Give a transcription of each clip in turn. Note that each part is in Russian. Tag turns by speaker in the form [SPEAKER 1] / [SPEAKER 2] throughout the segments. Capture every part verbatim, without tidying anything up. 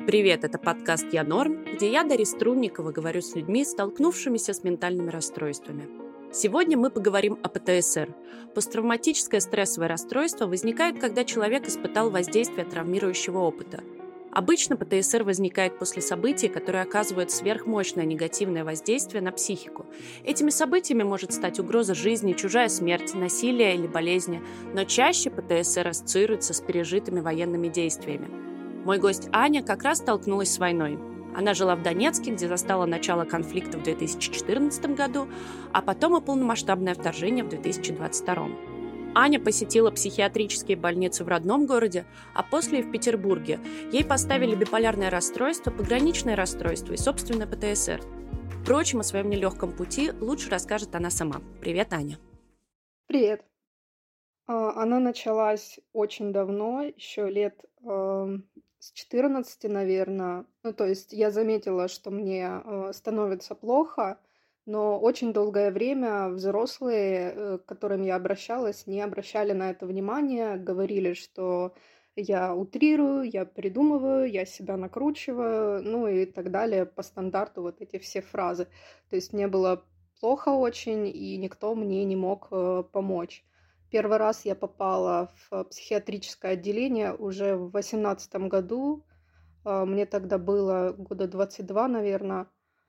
[SPEAKER 1] Привет, это подкаст «Я Норм», где я, Дарья Струнникова, говорю с людьми, столкнувшимися с ментальными расстройствами. Сегодня мы поговорим о ПТСР. Посттравматическое стрессовое расстройство возникает, когда человек испытал воздействие травмирующего опыта. Обычно ПТСР возникает после событий, которые оказывают сверхмощное негативное воздействие на психику. Этими событиями может стать угроза жизни, чужая смерть, насилие или болезни, но чаще ПТСР ассоциируется с пережитыми военными действиями. Мой гость Аня как раз столкнулась с войной. Она жила в Донецке, где застала начало конфликта в две тысячи четырнадцатом году, а потом и полномасштабное вторжение в две тысячи двадцать втором. Аня посетила психиатрические больницы в родном городе, а после и в Петербурге. Ей поставили биполярное расстройство, пограничное расстройство и, собственно, ПТСР. Впрочем, о своем нелегком пути лучше расскажет она сама. Привет, Аня.
[SPEAKER 2] Привет. А, Она началась очень давно, еще лет эм, с четырнадцати, наверное. Ну, то есть я заметила, что мне э, становится плохо, но очень долгое время взрослые, э, к которым я обращалась, не обращали на это внимания, говорили, что я утрирую, я придумываю, я себя накручиваю, ну и так далее, по стандарту вот эти все фразы. То есть мне было плохо очень, и никто мне не мог э, помочь. Первый раз я попала в психиатрическое отделение уже в восемнадцатом году. А, Мне тогда было года двадцать два, наверное.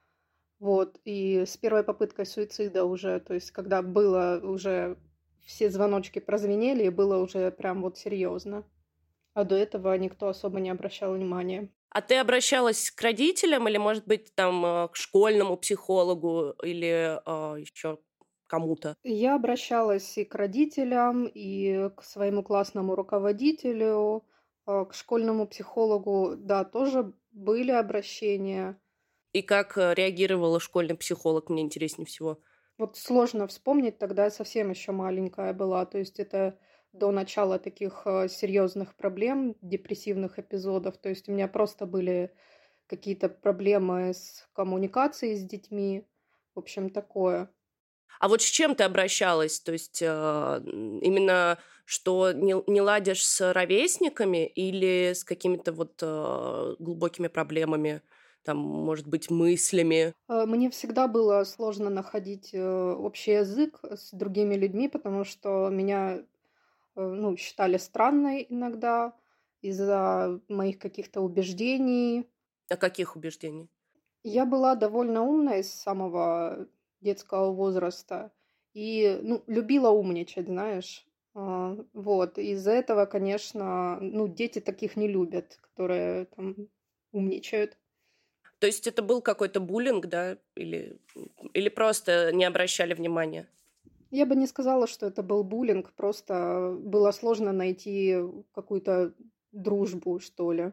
[SPEAKER 2] Вот. И с первой попыткой суицида уже, то есть когда было уже все звоночки прозвенели, и было уже прям вот серьезно. А до этого никто особо не обращал внимания.
[SPEAKER 1] А ты обращалась к родителям или, может быть, там, э, к школьному психологу или э, еще кому-то?
[SPEAKER 2] Я обращалась и к родителям, и к своему классному руководителю, а, к школьному психологу. Да, тоже были обращения.
[SPEAKER 1] И как э, реагировала школьный психолог, мне интереснее всего.
[SPEAKER 2] Вот сложно вспомнить, тогда я совсем еще маленькая была. То есть это до начала таких э, серьезных проблем, депрессивных эпизодов. То есть у меня просто были какие-то проблемы с коммуникацией с детьми. В общем, такое.
[SPEAKER 1] А вот с чем ты обращалась? То есть э, м, именно что не, не ладишь с ровесниками или с какими-то вот э, глубокими проблемами, там, может быть, мыслями?
[SPEAKER 2] Э, Мне всегда было сложно находить э, общий язык с другими людьми, потому что меня э, ну, считали странной иногда из-за моих каких-то убеждений.
[SPEAKER 1] А каких убеждений?
[SPEAKER 2] Я была довольно умной с самого детского возраста и ну, любила умничать, знаешь. А, Вот. Из-за этого, конечно, ну, дети таких не любят, которые там умничают.
[SPEAKER 1] То есть это был какой-то буллинг, да? Или, или просто не обращали внимания?
[SPEAKER 2] Я бы не сказала, что это был буллинг, просто было сложно найти какую-то дружбу, что ли.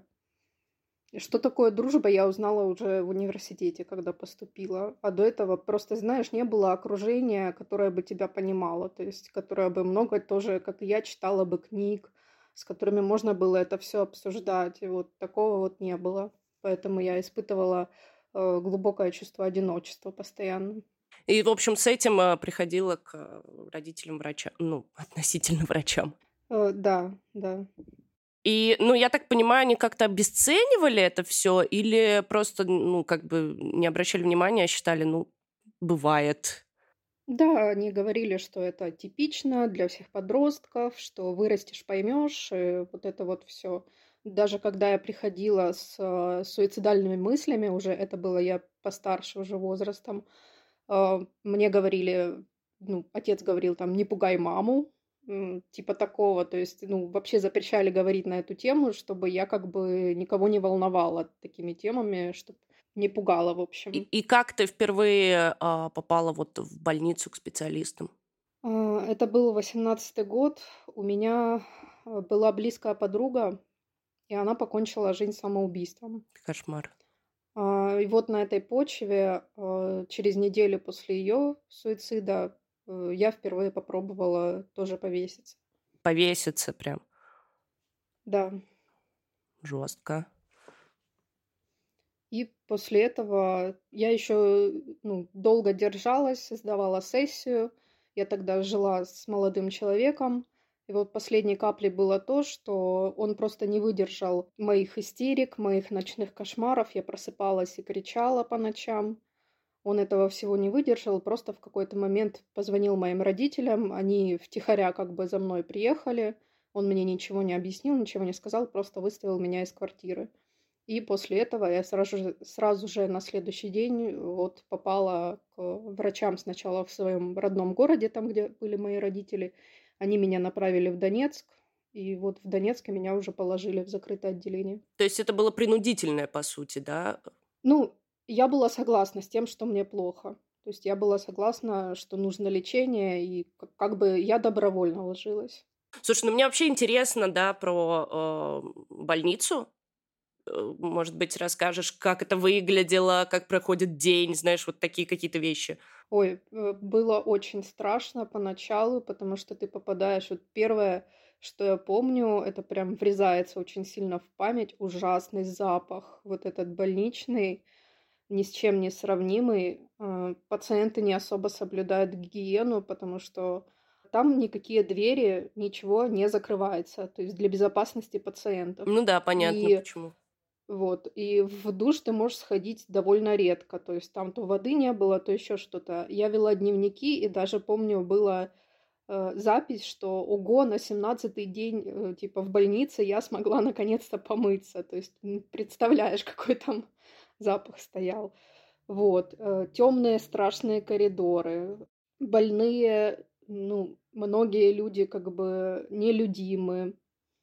[SPEAKER 2] И что такое дружба, я узнала уже в университете, когда поступила. А до этого просто, знаешь, не было окружения, которое бы тебя понимало, то есть которое бы много тоже, как и я, читала бы книг, с которыми можно было это все обсуждать. И вот такого вот не было. Поэтому я испытывала э, глубокое чувство одиночества постоянно.
[SPEAKER 1] И, в общем, с этим э, приходила к э, родителям врача, ну, относительно врачам.
[SPEAKER 2] Э, да, да.
[SPEAKER 1] И, ну, я так понимаю, они как-то обесценивали это все или просто, ну, как бы не обращали внимания, а считали, ну, бывает.
[SPEAKER 2] Да, они говорили, что это типично для всех подростков, что вырастешь, поймешь, и вот это вот все. Даже когда я приходила с э, суицидальными мыслями, уже это было я постарше уже возрастом, а, мне говорили, ну, отец говорил там, не пугай маму, м, типа такого, то есть, ну, вообще запрещали говорить на эту тему, чтобы я как бы никого не волновала такими темами, чтобы не пугала, в
[SPEAKER 1] И,
[SPEAKER 2] общем.
[SPEAKER 1] и как ты впервые а, попала вот в больницу к специалистам?
[SPEAKER 2] А, Это был восемнадцатый год. У меня э, была близкая подруга, и она покончила жизнь самоубийством.
[SPEAKER 1] Кошмар.
[SPEAKER 2] А, И вот на этой почве, э, через неделю после ее суицида, э, я впервые попробовала тоже повеситься.
[SPEAKER 1] Повеситься прям
[SPEAKER 2] Да.
[SPEAKER 1] жестко.
[SPEAKER 2] И после этого я еще ну, долго держалась, сдавала сессию. Я тогда жила с молодым человеком. И вот последней каплей было то, что он просто не выдержал моих истерик, моих ночных кошмаров. Я просыпалась и кричала по ночам. Он этого всего не выдержал, просто в какой-то момент позвонил моим родителям. Они втихаря как бы за мной приехали. Он мне ничего не объяснил, ничего не сказал, просто выставил меня из квартиры. И после этого я сразу же, сразу же на следующий день вот попала к врачам сначала в своем родном городе, там, где были мои родители. Они меня направили в Донецк, и вот в Донецке меня уже положили в закрытое отделение.
[SPEAKER 1] То есть это было принудительное, по сути, да?
[SPEAKER 2] Ну, я была согласна с тем, что мне плохо. То есть я была согласна, что нужно лечение, и как, как бы я добровольно ложилась.
[SPEAKER 1] Слушай, ну мне вообще интересно, да, про э, больницу. Э, Может быть, расскажешь, как это выглядело, как проходит день, знаешь, вот такие какие-то вещи.
[SPEAKER 2] Ой, э, было очень страшно поначалу, потому что ты попадаешь... Вот первое, что я помню, это прям врезается очень сильно в память, ужасный запах, вот этот больничный, ни с чем не сравнимый. Э, Пациенты не особо соблюдают гигиену, потому что там никакие двери, ничего не закрывается, то есть для безопасности пациентов.
[SPEAKER 1] Ну да, понятно,
[SPEAKER 2] И
[SPEAKER 1] почему.
[SPEAKER 2] вот, и в душ ты можешь сходить довольно редко, то есть там то воды не было, то еще что-то. Я вела дневники, и даже помню, была э, запись, что ого, на семнадцатый день, э, типа, в больнице я смогла наконец-то помыться. То есть, м, представляешь, какой там запах стоял. Вот, темные страшные коридоры, больные, ну, многие люди как бы нелюдимы.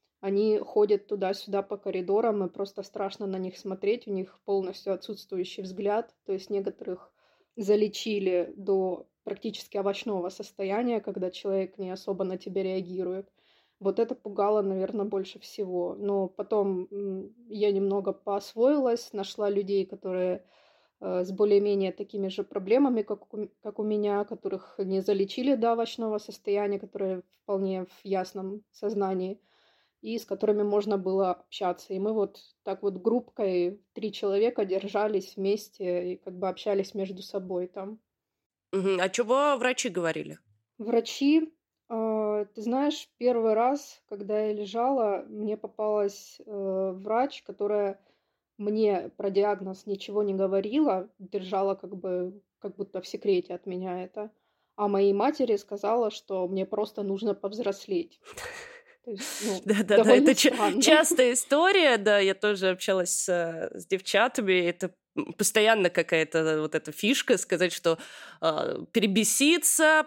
[SPEAKER 2] Они ходят туда-сюда по коридорам, и просто страшно на них смотреть. У них полностью отсутствующий взгляд. То есть некоторых залечили до практически овощного состояния, когда человек не особо на тебя реагирует. Вот это пугало, наверное, больше всего. Но потом м, я немного поосвоилась, нашла людей, которые э, с более-менее такими же проблемами, как у, как у меня, которых не залечили до овощного состояния, которые вполне в ясном сознании, и с которыми можно было общаться. И мы вот так вот группкой, три человека, держались вместе и как бы общались между собой там.
[SPEAKER 1] Мгм. А чего врачи говорили?
[SPEAKER 2] Врачи, а, ты знаешь, первый раз, когда я лежала, мне попалась э, врач, которая мне про диагноз ничего не говорила, держала как бы как будто в секрете от меня это. А моей матери сказала, что мне просто нужно повзрослеть. То есть, ну,
[SPEAKER 1] Да-да-да,
[SPEAKER 2] довольно
[SPEAKER 1] это ча-
[SPEAKER 2] странно.
[SPEAKER 1] частая история, да, я тоже общалась с, э, с девчатами, это м, постоянно какая-то вот эта фишка сказать, что а, перебеситься,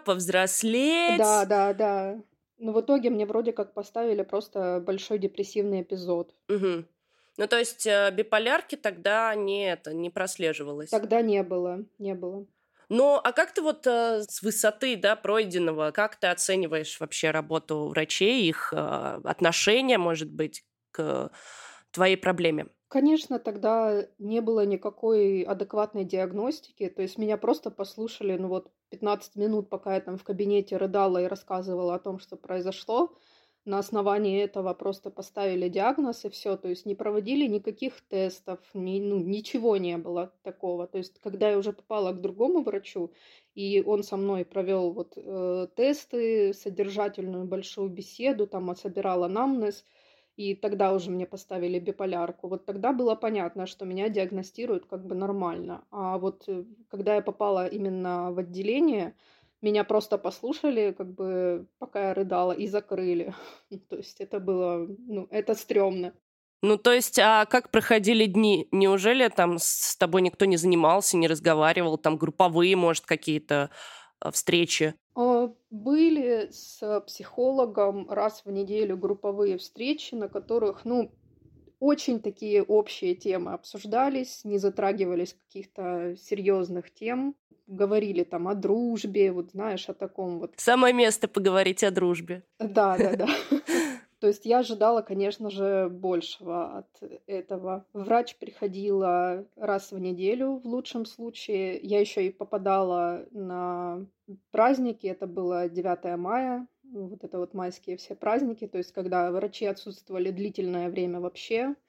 [SPEAKER 2] Да,
[SPEAKER 1] повзрослеть.
[SPEAKER 2] да, да. Но в итоге мне вроде как поставили просто большой депрессивный эпизод.
[SPEAKER 1] Мгм. Ну, то есть э, биполярки тогда не это, не прослеживалось.
[SPEAKER 2] Тогда не было, не было.
[SPEAKER 1] Ну, а как ты вот э, с высоты, да, пройденного, как ты оцениваешь вообще работу врачей, их э, отношение, может быть, к твоей проблеме?
[SPEAKER 2] Конечно, тогда не было никакой адекватной диагностики, то есть меня просто послушали, ну вот пятнадцать минут, пока я там в кабинете рыдала и рассказывала о том, что произошло. На основании этого просто поставили диагноз и все, то есть не проводили никаких тестов, ни, ну, ничего не было такого. То есть когда я уже попала к другому врачу, и он со мной провел вот э, тесты, содержательную большую беседу, там собирал анамнез, и тогда уже мне поставили биполярку. Вот тогда было понятно, что меня диагностируют как бы нормально. А вот э, когда я попала именно в отделение, меня просто послушали, как бы пока я рыдала, и закрыли. То есть это было, ну, это стрёмно.
[SPEAKER 1] Ну, то есть, а как проходили дни? Неужели там с тобой никто не занимался, не разговаривал, там групповые, может, какие-то а, встречи?
[SPEAKER 2] А, Были с психологом раз в неделю групповые встречи, на которых, ну, очень такие общие темы обсуждались, не затрагивались каких-то серьезных тем. Говорили там о дружбе, вот знаешь, о таком вот.
[SPEAKER 1] Самое место поговорить о дружбе.
[SPEAKER 2] Да, да, да. То есть я ожидала, конечно же, большего от этого. Врач приходила раз в неделю в лучшем случае. Я еще и попадала на праздники. Это было девятое мая. Вот это вот майские все праздники. То есть когда врачи отсутствовали длительное время вообще.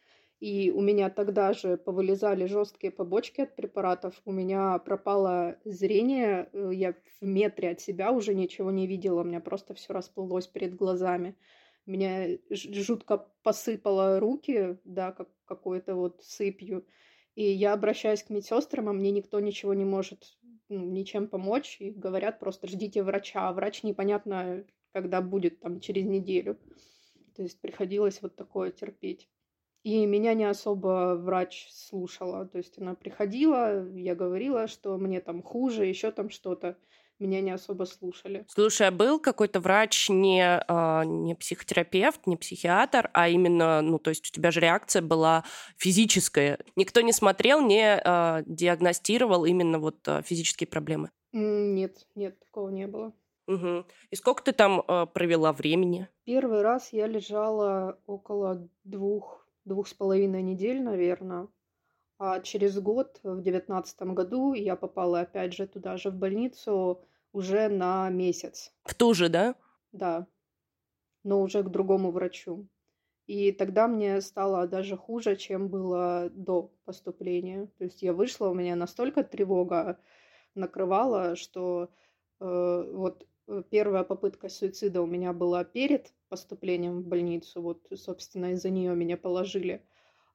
[SPEAKER 2] И у меня тогда же повылезали жесткие побочки от препаратов. У меня пропало зрение. э, Я в метре от себя уже ничего не видела. У меня просто все расплылось перед глазами. Меня ж- жутко посыпало руки, да, как какой-то вот сыпью. И я обращаюсь к медсестрам, а мне никто ничего не может, ну, ничем помочь. И говорят просто ждите врача. А врач непонятно, когда будет, там, через неделю. То есть приходилось вот такое терпеть. И меня не особо врач слушала. То есть она приходила, я говорила, что мне там хуже, еще там что-то. Меня не особо слушали.
[SPEAKER 1] Слушай, а был какой-то врач не, а, не психотерапевт, не психиатр, а именно, ну, то есть у тебя же реакция была физическая. Никто не смотрел, не а, диагностировал именно вот а, физические проблемы.
[SPEAKER 2] М, Нет, нет, такого не было.
[SPEAKER 1] Мгм. И сколько ты там а, провела времени?
[SPEAKER 2] Первый раз я лежала около двух, двух с половиной недель, наверное. А через год, в девятнадцатом году, я попала опять же туда же в больницу уже на месяц.
[SPEAKER 1] В ту же, да?
[SPEAKER 2] Да, но уже к другому врачу. И тогда мне стало даже хуже, чем было до поступления. То есть я вышла, у меня настолько тревога накрывала, что э, вот э, первая попытка суицида у меня была перед поступлением в больницу. Вот, собственно, из-за нее меня положили.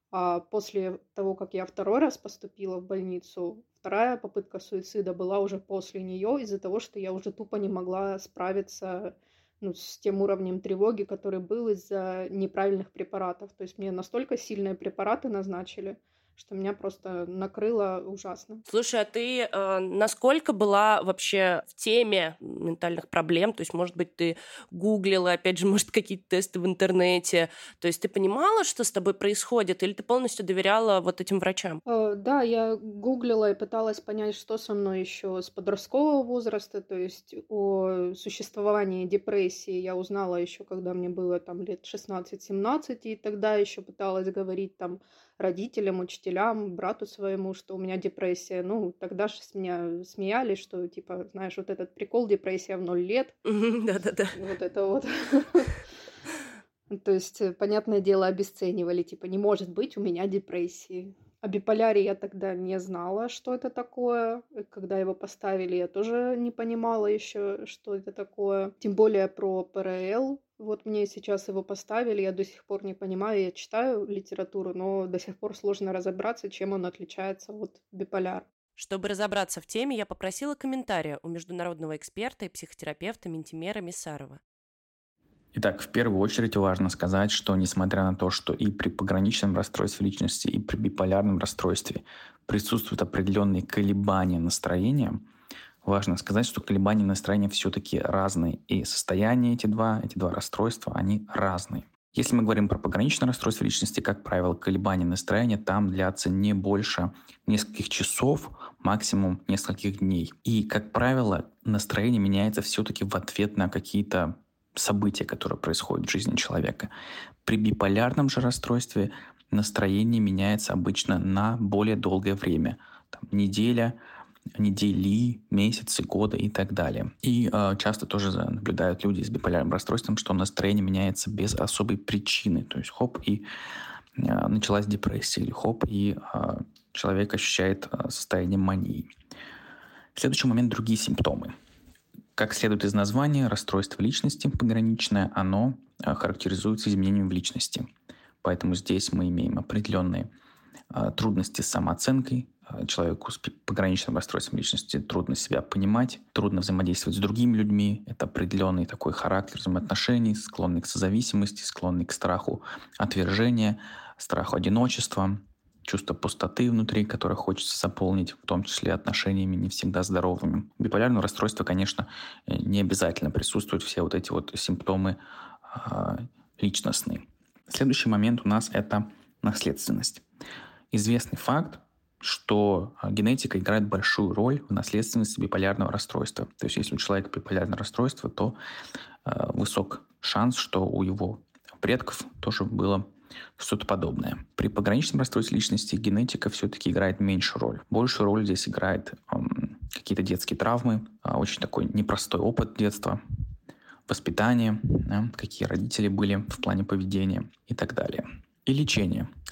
[SPEAKER 2] А после того, как я второй раз поступила в больницу, вторая попытка суицида была уже после нее, из-за того, что я уже тупо не могла справиться, ну, с тем уровнем тревоги, который был из-за неправильных препаратов. То есть мне настолько сильные препараты назначили, что меня просто накрыло ужасно.
[SPEAKER 1] Слушай, а ты э, насколько была вообще в теме ментальных проблем? То есть, может быть, ты гуглила, опять же, может, какие-то тесты в интернете. То есть ты понимала, что с тобой происходит, или ты полностью доверяла вот этим врачам?
[SPEAKER 2] Э, Да, я гуглила и пыталась понять, что со мной еще с подросткового возраста, то есть о существовании депрессии я узнала еще, когда мне было там лет шестнадцать-семнадцать, и тогда еще пыталась говорить там родителям, учителям, брату своему, что у меня депрессия. Ну, тогда же с меня смеялись, что типа, знаешь, вот этот прикол депрессия в ноль лет,
[SPEAKER 1] Мгм, да-да-да.
[SPEAKER 2] вот это вот. То есть, э, понятное дело, обесценивали, типа, не может быть у меня депрессии. О биполяре я тогда не знала, что это такое. Э, Когда его поставили, я тоже не понимала еще, что это такое. Тем более про ПРЛ. Вот мне сейчас его поставили, я до сих пор не понимаю, я читаю литературу, но до сих пор сложно разобраться, чем он отличается от биполяра.
[SPEAKER 1] Чтобы разобраться в теме, я попросила комментария у международного эксперта и психотерапевта Ментимера Мисарова.
[SPEAKER 3] Итак, в первую очередь важно сказать, что несмотря на то, что и при пограничном расстройстве личности, и при биполярном расстройстве присутствуют определенные колебания настроения, важно сказать, что колебания настроения все-таки разные. И состояния эти два, эти два расстройства, они разные. Если мы говорим про пограничное расстройство личности, как правило, колебания настроения там длятся не больше нескольких часов, максимум нескольких дней. И, как правило, настроение меняется все-таки в ответ на какие-то события, которые происходят в жизни человека. При биполярном же расстройстве настроение меняется обычно на более долгое время. Там, неделя, недели, месяцы, годы и так далее. И э, часто тоже наблюдают люди с биполярным расстройством, что настроение меняется без особой причины. То есть хоп, и э, началась депрессия, или хоп, и э, человек ощущает э, состояние мании. Следующий момент – другие симптомы. Как следует из названия, расстройство личности пограничное, оно а, характеризуется изменением в личности. Поэтому здесь мы имеем определенные а, трудности с самооценкой. А, человеку с пограничным расстройством личности трудно себя понимать, трудно взаимодействовать с другими людьми. Это определенный такой характер взаимоотношений, склонный к созависимости, склонный к страху отвержения, страху одиночества, чувство пустоты внутри, которое хочется заполнить, в том числе отношениями не всегда здоровыми. У биполярного расстройства, конечно, не обязательно присутствуют все вот эти вот симптомы э, личностные. Следующий момент у нас – это наследственность. Известный факт, что генетика играет большую роль в наследственности биполярного расстройства. То есть если у человека биполярное расстройство, то э, высок шанс, что у его предков тоже было что-то подобное. При пограничном расстройстве личности генетика все-таки играет меньшую роль. Большую роль здесь играет эм, какие-то детские травмы, э, очень такой непростой опыт детства, воспитание, да, какие родители были в плане поведения и так далее. И лечение.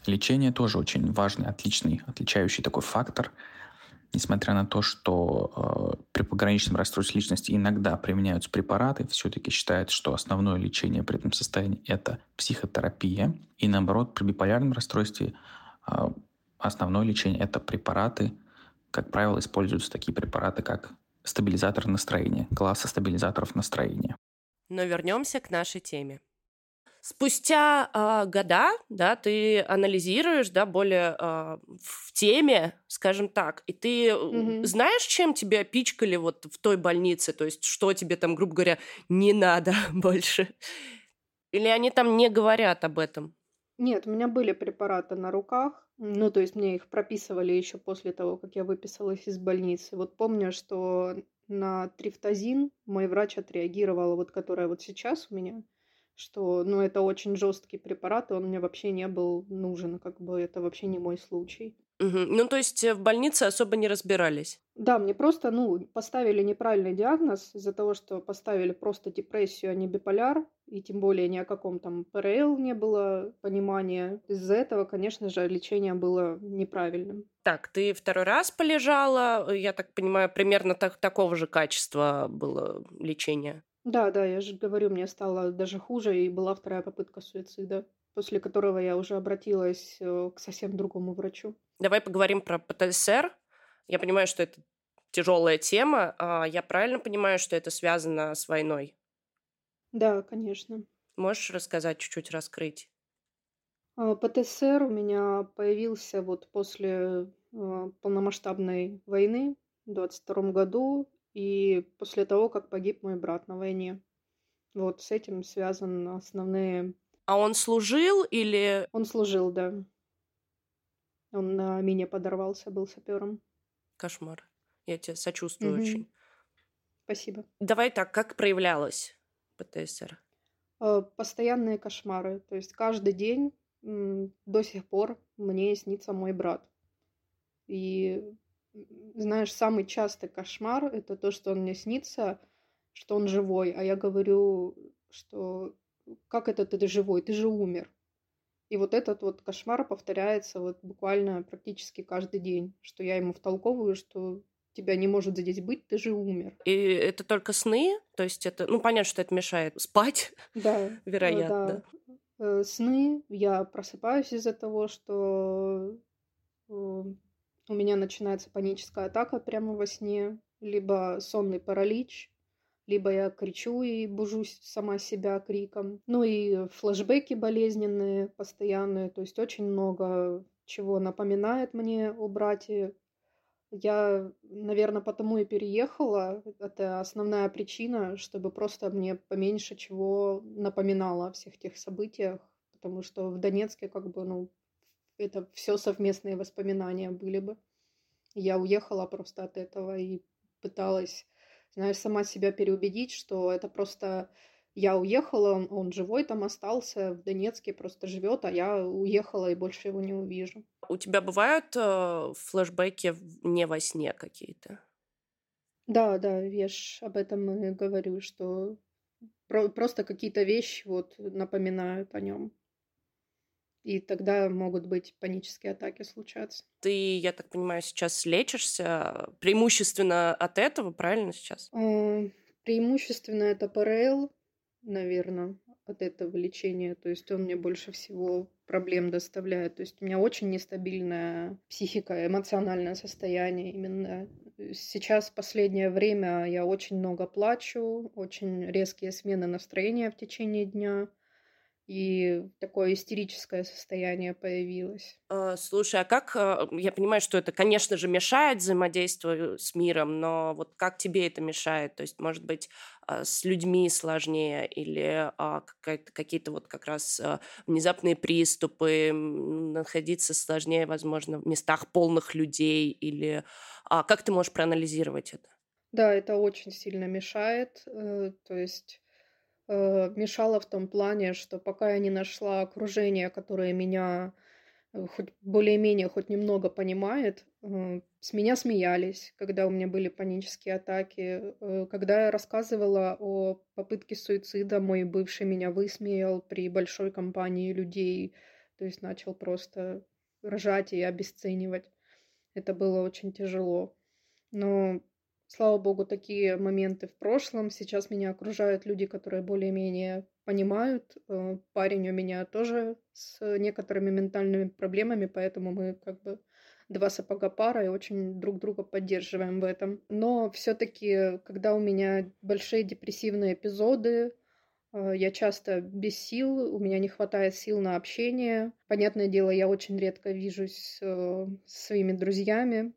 [SPEAKER 3] Лечение тоже очень важный, отличный, отличающий такой фактор. Несмотря на то, что э, при пограничном расстройстве личности иногда применяются препараты, все-таки считается, что основное лечение при этом состоянии – это психотерапия. И наоборот, при биполярном расстройстве э, основное лечение – это препараты. Как правило, используются такие препараты, как стабилизатор настроения, класса стабилизаторов настроения.
[SPEAKER 1] Но вернемся к нашей теме. Спустя э, года, да, ты анализируешь, да, более э, в теме, скажем так, и ты
[SPEAKER 2] Мгм.
[SPEAKER 1] знаешь, чем тебя пичкали вот в той больнице, то есть что тебе там, грубо говоря, не надо больше? Или они там не говорят об этом?
[SPEAKER 2] Нет, у меня были препараты на руках. Ну, то есть мне их прописывали еще после того, как я выписалась из больницы. Вот помню, что на трифтазин мой врач отреагировал, вот которая вот сейчас у меня, что, ну, это очень жесткий препарат, и он мне вообще не был нужен, как бы это вообще не мой случай.
[SPEAKER 1] Мгм. Ну, то есть э, в больнице особо не разбирались.
[SPEAKER 2] Да, мне просто, ну, поставили неправильный диагноз из-за того, что поставили просто депрессию, а не биполяр, и тем более ни о каком там ПРЛ не было понимания. Из-за этого, конечно же, лечение было неправильным.
[SPEAKER 1] Так, ты второй раз полежала, э, я так понимаю, примерно так- такого же качества было лечение.
[SPEAKER 2] Да, да, я же говорю, мне стало даже хуже, и была вторая попытка суицида, после которого я уже обратилась э, к совсем другому врачу.
[SPEAKER 1] Давай поговорим про ПТСР. Я понимаю, что это тяжелая тема. А я правильно понимаю, что это связано с войной?
[SPEAKER 2] Да, конечно.
[SPEAKER 1] Можешь рассказать, чуть-чуть раскрыть?
[SPEAKER 2] А, ПТСР у меня появился вот после а, полномасштабной войны в двадцать втором году и после того, как погиб мой брат на войне. Вот с этим связаны основные...
[SPEAKER 1] А он служил или...
[SPEAKER 2] Он служил, да. Он на мине подорвался, был сапером.
[SPEAKER 1] Кошмар. Я тебе сочувствую
[SPEAKER 2] Мгм.
[SPEAKER 1] очень.
[SPEAKER 2] Спасибо.
[SPEAKER 1] Давай так, как проявлялось ПТСР?
[SPEAKER 2] А, Постоянные кошмары. То есть каждый день м, до сих пор мне снится мой брат. И м, знаешь, самый частый кошмар — это то, что он мне снится, что он живой, а я говорю, что как это ты живой, ты же умер. И вот этот вот кошмар повторяется вот буквально практически каждый день, что я ему втолковываю, что тебя не может здесь быть, ты же умер.
[SPEAKER 1] И это только сны? То есть это... Ну, понятно, что это мешает спать,
[SPEAKER 2] Да, э,
[SPEAKER 1] вероятно.
[SPEAKER 2] да. Э, Сны, я просыпаюсь из-за того, что э, у меня начинается паническая атака прямо во сне, либо сонный паралич, либо я кричу и бужусь сама себя криком. Ну и флешбеки болезненные, постоянные, то есть очень много чего напоминает мне о брате. Я, наверное, потому и переехала. Это основная причина, чтобы просто мне поменьше чего напоминало о всех тех событиях, потому что в Донецке как бы, ну, это все совместные воспоминания были бы. Я уехала просто от этого и пыталась, знаешь, сама себя переубедить, что это просто я уехала, он, он живой там остался, в Донецке просто живет, а я уехала и больше его не увижу.
[SPEAKER 1] У тебя бывают э, флешбеки в- не во сне какие-то?
[SPEAKER 2] Да, да, я ж об этом и говорю, что про- просто какие-то вещи вот напоминают о нем. И тогда могут быть панические атаки случаться.
[SPEAKER 1] Ты, я так понимаю, сейчас лечишься преимущественно от этого, правильно сейчас?
[SPEAKER 2] А, Преимущественно это ПРЛ, наверное, от этого лечения. То есть он мне больше всего проблем доставляет. То есть у меня очень нестабильная психика, эмоциональное состояние. Именно сейчас, в последнее время, я очень много плачу, очень резкие смены настроения в течение дня. И такое истерическое состояние появилось.
[SPEAKER 1] Э, Слушай, а как, э, я понимаю, что это, конечно же, мешает взаимодействию с миром, но вот как тебе это мешает? То есть, может быть, а, с людьми сложнее или а, какая-то- какие-то вот как раз а, внезапные приступы, м, находиться сложнее, возможно, в местах полных людей или а, как ты можешь проанализировать это?
[SPEAKER 2] Да, это очень сильно мешает. э, То есть э, мешало в том плане, что пока я не нашла окружение, которое меня э, хоть более-менее, хоть немного понимает, э, с меня смеялись, когда у меня были панические атаки. Э, Когда я рассказывала о попытке суицида, мой бывший меня высмеял при большой компании людей. то есть начал просто ржать и обесценивать. Это было очень тяжело. Но, слава богу, такие моменты в прошлом. Сейчас меня окружают люди, которые более-менее понимают. Э, Парень у меня тоже с некоторыми ментальными проблемами, поэтому мы как бы два сапога пара и очень друг друга поддерживаем в этом. Но все-таки, когда у меня большие депрессивные эпизоды, э, я часто без сил, у меня не хватает сил на общение. Понятное дело, я очень редко вижусь э, со своими друзьями,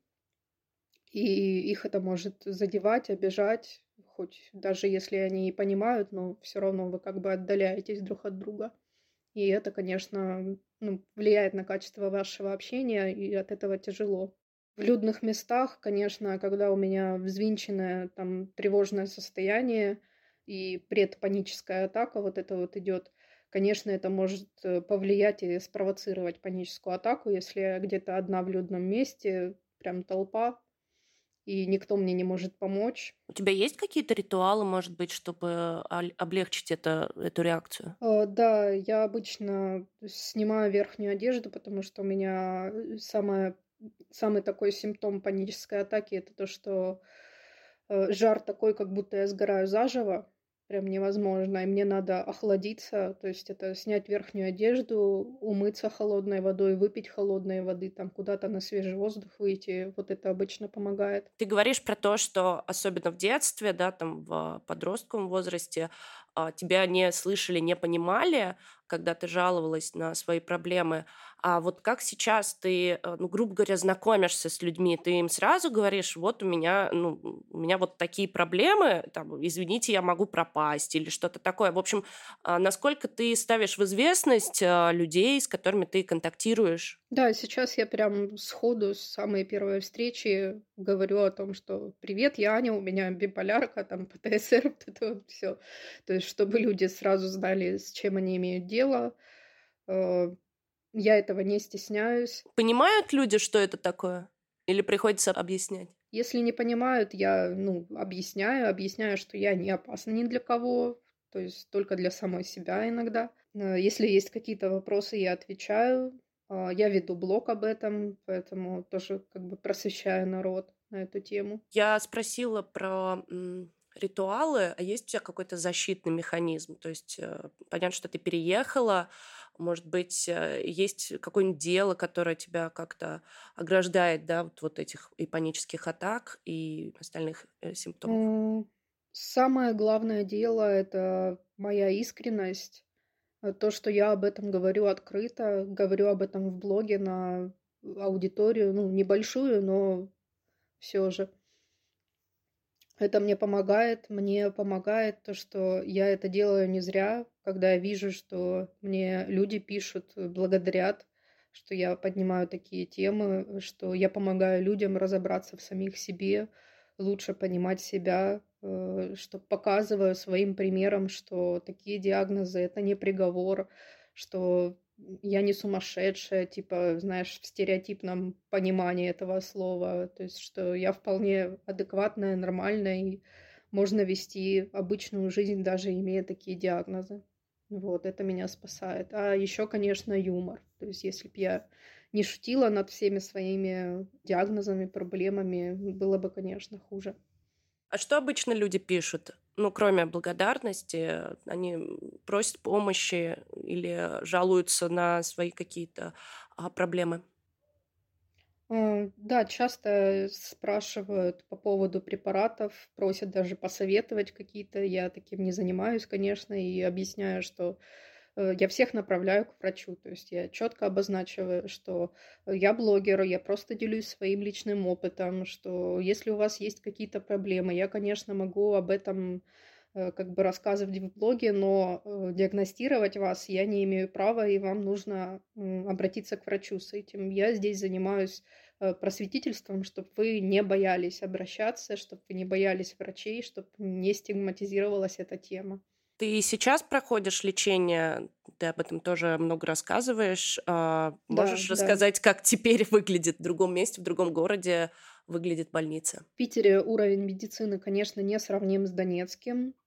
[SPEAKER 2] и их это может задевать, обижать, хоть даже если они и понимают, но все равно вы как бы отдаляетесь друг от друга. И это, конечно, ну, влияет на качество вашего общения, и от этого тяжело. В людных местах, конечно, когда у меня взвинченное там тревожное состояние и предпаническая атака вот это вот идет, конечно, это может э, повлиять и спровоцировать паническую атаку, если я где-то одна в людном месте, прям толпа, и никто мне не может помочь.
[SPEAKER 1] У тебя есть какие-то ритуалы, может быть, чтобы аль- облегчить это, эту реакцию?
[SPEAKER 2] Э, Да, я обычно снимаю верхнюю одежду, потому что у меня э, самое, самый такой симптом панической атаки это то, что э, жар такой, как будто я сгораю заживо, прям невозможно, и мне надо охладиться, то есть это снять верхнюю одежду, умыться холодной водой, выпить холодной воды, там куда-то на свежий воздух выйти, вот это обычно помогает.
[SPEAKER 1] Ты говоришь про то, что особенно в детстве, да, там в подростковом возрасте а, тебя не слышали, не понимали, когда ты жаловалась на свои проблемы. А вот как сейчас ты, э, ну, грубо говоря, знакомишься с людьми, ты им сразу говоришь, вот у меня, ну, у меня вот такие проблемы, там, извините, я могу пропасть или что-то такое. В общем, а, насколько ты ставишь в известность а, людей, с которыми ты контактируешь?
[SPEAKER 2] Да, сейчас я прям сходу с самой первой встречи говорю о том, что привет, я Аня, у меня биполярка, там ПТСР, вот это вот все. То есть, чтобы люди сразу знали, с чем они имеют дело. Э, Я этого не стесняюсь.
[SPEAKER 1] Понимают люди, что это такое? Или приходится объяснять?
[SPEAKER 2] Если не понимают, я, ну, объясняю, объясняю, что я не опасна ни для кого, то есть только для самой себя иногда. Э, Если есть какие-то вопросы, я отвечаю. А, Я веду блог об этом, поэтому тоже как бы просвещаю народ на эту тему.
[SPEAKER 1] Я спросила про м, ритуалы, а есть у тебя какой-то защитный механизм? То есть э, понятно, что ты переехала, может быть, э, есть какое-нибудь дело, которое тебя как-то ограждает, да, вот, вот этих и панических атак, и остальных э, симптомов?
[SPEAKER 2] М, Самое главное дело — это моя искренность, э, то, что я об этом говорю открыто, говорю об этом в блоге на аудиторию, ну, небольшую, но все же. Это мне помогает. Мне помогает то, что я это делаю не зря, когда я вижу, что мне люди пишут, э, благодарят, что я поднимаю такие темы, что я помогаю людям разобраться в самих себе, лучше понимать себя, э, что показываю своим примером, что такие диагнозы — это не приговор, что я не сумасшедшая, типа, знаешь, в стереотипном понимании этого слова. То есть, что я вполне адекватная, нормальная, и можно вести обычную жизнь, даже имея такие диагнозы. Вот, это меня спасает. А еще, конечно, юмор. То есть, если бы я не шутила над всеми своими диагнозами, проблемами, было бы, конечно, хуже.
[SPEAKER 1] А что обычно люди пишут? Ну, кроме благодарности, они просят помощи или жалуются на свои какие-то а, проблемы?
[SPEAKER 2] А, Да, часто спрашивают по поводу препаратов, просят даже посоветовать какие-то. Я таким не занимаюсь, конечно, и объясняю, что э, я всех направляю к врачу. То есть я четко обозначиваю, что э, я блогер, я просто делюсь своим личным опытом, что если у вас есть какие-то проблемы, я, конечно, могу об этом э, как бы рассказывать в блоге, но э, диагностировать вас я не имею права, и вам нужно м, обратиться к врачу с этим. Я здесь занимаюсь э, просветительством, чтобы вы не боялись обращаться, чтобы вы не боялись врачей, чтобы не стигматизировалась эта тема.
[SPEAKER 1] Ты и сейчас проходишь лечение, ты об этом тоже много рассказываешь. А,
[SPEAKER 2] Да,
[SPEAKER 1] Можешь
[SPEAKER 2] да.
[SPEAKER 1] рассказать, как теперь выглядит в другом месте, в другом городе выглядит больница?
[SPEAKER 2] В Питере уровень медицины, конечно, не сравним с Донецким.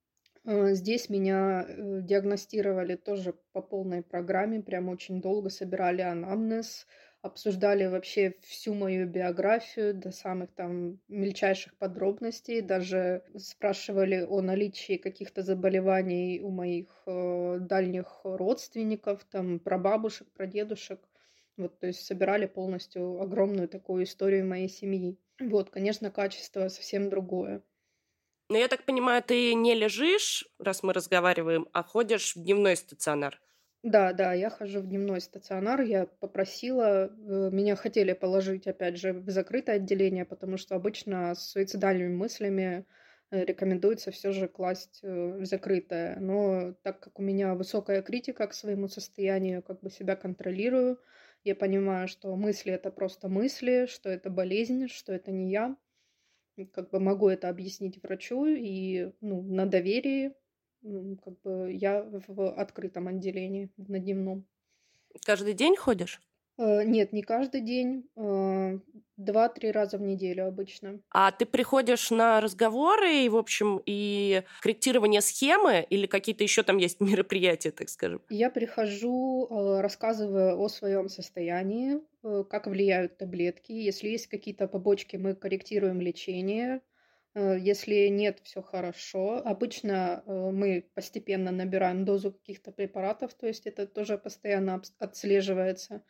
[SPEAKER 2] Э, Здесь меня э, диагностировали тоже по полной программе, прям очень долго собирали анамнез, обсуждали вообще всю мою биографию до самых там мельчайших подробностей, даже спрашивали о наличии каких-то заболеваний у моих э, дальних родственников, там про бабушек, про дедушек. Вот, то есть собирали полностью огромную такую историю моей семьи. Вот, конечно, качество совсем другое.
[SPEAKER 4] Но я так понимаю, ты не лежишь, раз мы разговариваем, а ходишь в дневной стационар.
[SPEAKER 2] Да, да, я хожу в дневной стационар. Я попросила, э, меня хотели положить, опять же, в закрытое отделение, потому что обычно с суицидальными мыслями э, рекомендуется все же класть э, в закрытое. Но так как у меня высокая критика к своему состоянию, как бы себя контролирую, я понимаю, что мысли — это просто мысли, что это болезнь, что это не я. И как бы могу это объяснить врачу, и ну, на доверии м, как бы я в открытом отделении, на дневном.
[SPEAKER 4] Каждый день ходишь?
[SPEAKER 2] Э, Нет, не каждый день, э, два-три раза в неделю обычно.
[SPEAKER 4] А ты приходишь на разговоры и, в общем, и корректирование схемы или какие-то еще там есть мероприятия, так скажем?
[SPEAKER 2] Я прихожу, э, рассказываю о своем состоянии, э, как влияют таблетки. Если есть какие-то побочки, мы корректируем лечение. Э, Если нет, все хорошо. Обычно э, мы постепенно набираем дозу каких-то препаратов, то есть это тоже постоянно обс- отслеживается.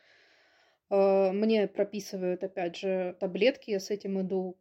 [SPEAKER 2] Э, Мне прописывают, опять же, таблетки. Я с этим иду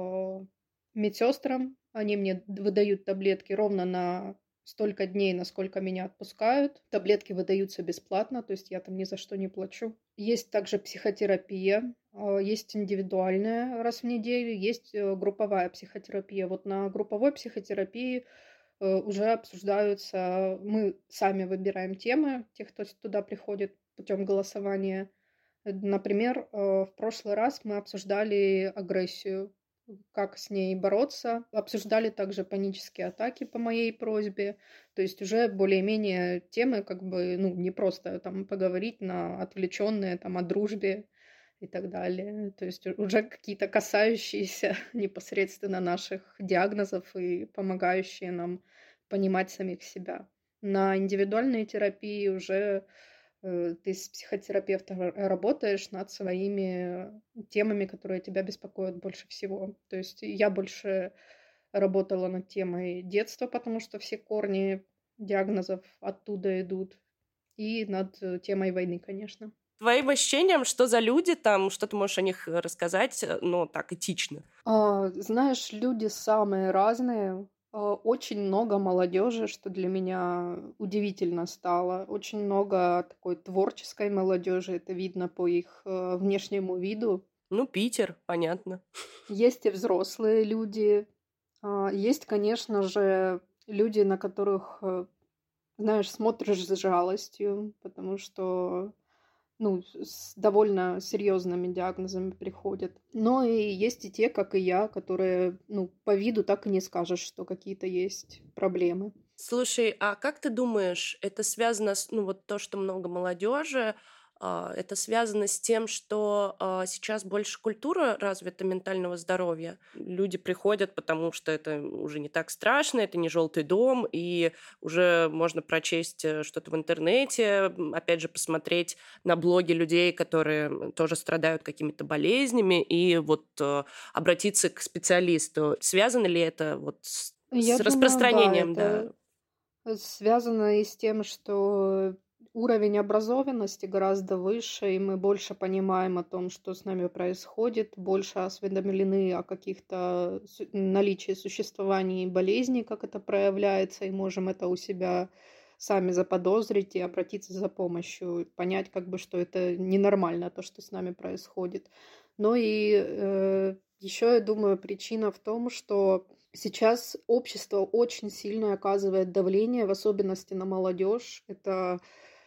[SPEAKER 2] к медсестрам. Они мне д- выдают таблетки ровно на столько дней, насколько меня отпускают. Таблетки выдаются бесплатно, то есть я там ни за что не плачу. Есть также психотерапия, э, есть индивидуальная раз в неделю, есть э, групповая психотерапия. Вот на групповой психотерапии э, уже обсуждаются, мы сами выбираем темы, тех, кто туда приходит путем голосования. Э, Например, э, в прошлый раз мы обсуждали агрессию, как с ней бороться, обсуждали также панические атаки по моей просьбе, то есть уже более-менее темы, как бы, ну, не просто там поговорить на отвлеченные там о дружбе и так далее, то есть уже какие-то касающиеся непосредственно наших диагнозов и помогающие нам понимать самих себя. На индивидуальной терапии уже э, ты с психотерапевтом ра- работаешь над своими темами, которые тебя беспокоят больше всего. То есть я больше работала над темой детства, потому что все корни диагнозов оттуда идут, и над э, темой войны, конечно.
[SPEAKER 4] Твоим ощущениям, что за люди там, что ты можешь о них э, рассказать, э, ну, так, этично?
[SPEAKER 2] А, знаешь, люди самые разные. А, Очень много молодежи, что для меня удивительно стало. Очень много такой творческой молодежи. Это видно по их э, внешнему виду.
[SPEAKER 4] Ну, Питер, понятно.
[SPEAKER 2] Есть и взрослые люди. А, Есть, конечно же, люди, на которых, э, знаешь, смотришь с жалостью, потому что ну, с довольно серьезными диагнозами приходят. Но и есть и те, как и я, которые, ну, по виду так и не скажешь, что какие-то есть проблемы.
[SPEAKER 4] Слушай, а как ты думаешь, это связано с, ну, вот то, что много молодежи, а, это связано с тем, что а, сейчас больше культура развита ментального здоровья? Люди приходят, потому что это уже не так страшно, это не желтый дом, и уже можно прочесть э, что-то в интернете, м, опять же, посмотреть на блоги людей, которые м, тоже страдают какими-то болезнями, и вот э, обратиться к специалисту. Связано ли это вот с,
[SPEAKER 2] Я
[SPEAKER 4] с
[SPEAKER 2] думаю, да,
[SPEAKER 4] распространением, да?
[SPEAKER 2] это связано и с тем, что уровень образованности гораздо выше, и мы больше понимаем о том, что с нами происходит, больше осведомлены о каких-то су- наличии существовании болезней, как это проявляется, и можем это у себя сами заподозрить и обратиться за помощью, и понять, как бы, что это ненормально, то, что с нами происходит. Но и э, еще, я думаю, причина в том, что сейчас общество очень сильно оказывает давление, в особенности на молодежь. Это